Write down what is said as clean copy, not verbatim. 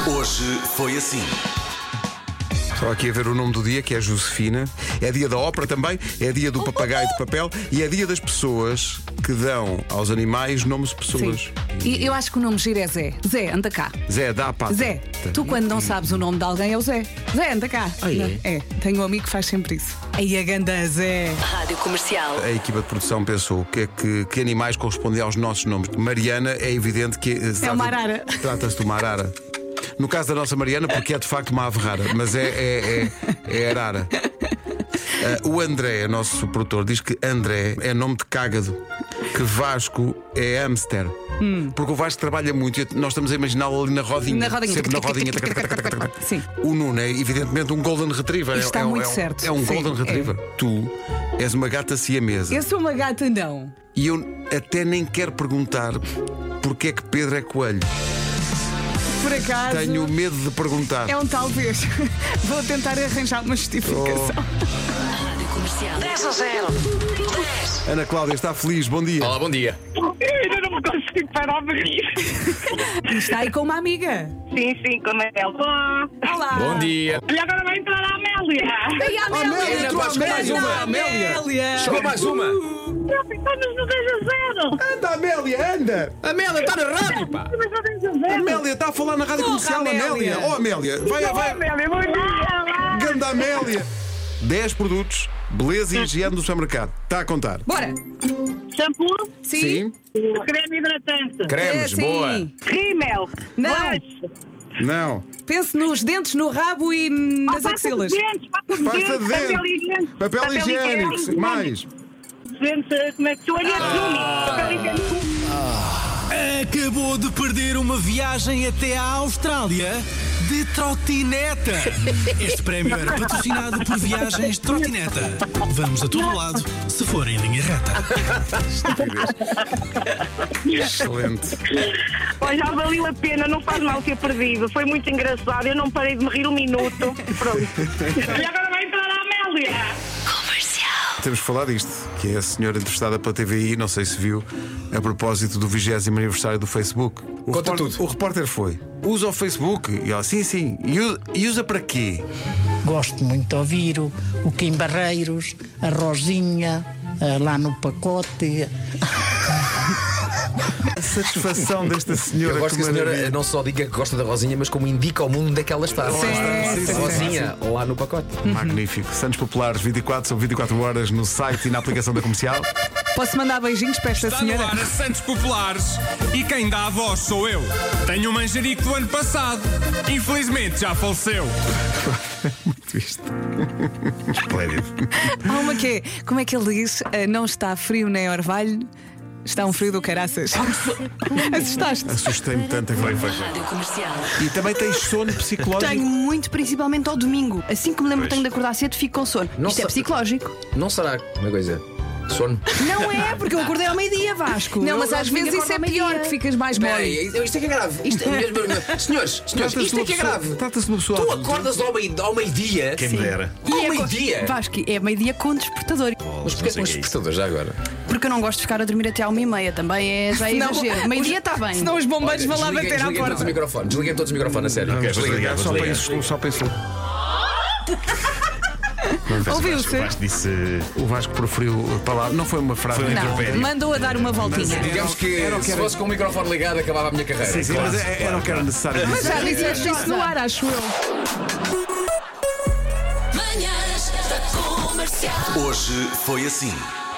Hoje foi assim. Só aqui a ver o nome do dia, que é Josefina. É dia da ópera também, é dia do papagaio de papel e é dia das pessoas que dão aos animais nomes de pessoas. Sim. E eu acho que o nome giro é Zé. Zé, anda cá. Zé, dá a pata. Zé, tu quando não sabes o nome de alguém é o Zé. Zé, anda cá. É? Tenho um amigo que faz sempre isso. Aí a ganda Zé. Rádio Comercial. A equipa de produção pensou que animais correspondem aos nossos nomes. Mariana, é evidente que É uma arara. Trata-se de uma arara. No caso da nossa Mariana, porque é de facto uma ave rara, mas é arara. O André, nosso produtor, diz que André é nome de cágado, que Vasco é hamster. Porque o Vasco trabalha muito e nós estamos a imaginá-lo ali na rodinha. Na rodinha. Sempre na rodinha. Sim. O Nuno é evidentemente um Golden Retriever. Isto está muito certo. É um Sim, Golden Retriever. Tu és uma gata siamesa. Eu sou uma gata, não. E eu até nem quero perguntar porque é que Pedro é coelho. Por acaso. Tenho medo de perguntar. É um talvez. Vou tentar arranjar uma justificação. Rádio Comercial. 10-0. Ana Cláudia está feliz, bom dia. Olá, bom dia. Eu ainda não me consigo parar de rir. Está aí com uma amiga. Sim, como é ela. Olá. Bom dia. E agora vai entrar a Amélia. Ei, a Amélia, Amélia, entrou a chegou mais Amélia. uma. Amélia. Chegou mais uma. Estamos no 10-0. Anda, Amélia, anda. Amélia, está na rádio, pá. Estamos no 10-0. Amélia, está a falar na rádio comercial, Amélia. Amélia. Oh, Amélia, vai. Amélia, bom dia. Ganda Amélia. 10 produtos, beleza e higiene do supermercado. Está a contar. Bora. Shampoo, Sim. creme hidratante, Cremes, Sim. boa. rímel, Não. blush, Não. Pense nos dentes, no rabo e nas pasta de axilas. dentes, Pasta de papel dente. higiênico. Papel higiênico. Mais. Como é que se olha? Papel higiênico. Acabou de perder uma viagem até à Austrália de trotineta. Este prémio era patrocinado por Viagens Trotineta. Vamos a todo lado, se for em linha reta. Excelente. Olha, já valeu a pena, não faz mal ter perdido. Foi muito engraçado, eu não parei de me rir um minuto. Pronto. E agora vai entrar a Amélia. Temos que falar disto, que é a senhora entrevistada pela TVI, não sei se viu, a propósito do 20º aniversário do Facebook. Conta tudo. O repórter foi: usa o Facebook? E ela, sim. E usa para quê? Gosto muito de ouvir o Kim Barreiros, a Rosinha, lá no pacote. A satisfação desta senhora. Eu gosto que a senhora maravilha. não só diga que gosta da Rosinha, mas como indica ao mundo onde é que ela está. sim, Rosinha, lá no pacote. Magnífico. Santos Populares 24, são 24 horas no site e na aplicação da comercial. Posso mandar beijinhos para esta Está no senhora? ar a Santos Populares e quem dá a voz sou eu. Tenho um manjerico do ano passado. Infelizmente já faleceu. Muito isto. Esplêndido. Há uma que é, como é que ele diz? Não está frio nem orvalho, está um frio do caraças. Assustaste? Assustei-me tanto agora. Rádio Comercial. E também tens sono psicológico. Tenho muito, principalmente ao domingo. Assim que me lembro que tenho de acordar cedo, fico com sono. Não Isto é sei- psicológico. Não será uma coisa? Sono? Não é, porque eu acordei ao meio-dia, Vasco. Não, mas Eu às vezes isso é acordo ao pior, meio-dia. que ficas mais mole. Peraí, isto é que é grave. Senhores, isto é que é grave. Trata-se de uma pessoa. Tu acordas ao meio-dia. Quem me dera. E Ao é meio-dia? Vasco, é meio-dia com despertador. Mas porquê com os despertadores já agora? Porque eu não gosto de ficar a dormir até ao meia-meia. Também já é Senão- exagero. Meio-dia está bem. Senão os bombeiros vão lá bater à Desliguem todos os porta. microfones. Desliguem todos os microfones, a sério. Ok, vou Desliguem. desligar. Só pensou. Ouviu-se? O Vasco disse. O Vasco proferiu a palavra. Não foi uma frase. Foi um Não, impropério. mandou a dar uma voltinha. Digamos que Era o que se era. fosse com o microfone ligado acabava a minha carreira. Sim, mas era o que era necessário. Mas já disseste isso no ar, acho eu. Manhãs da Comercial. Hoje foi assim.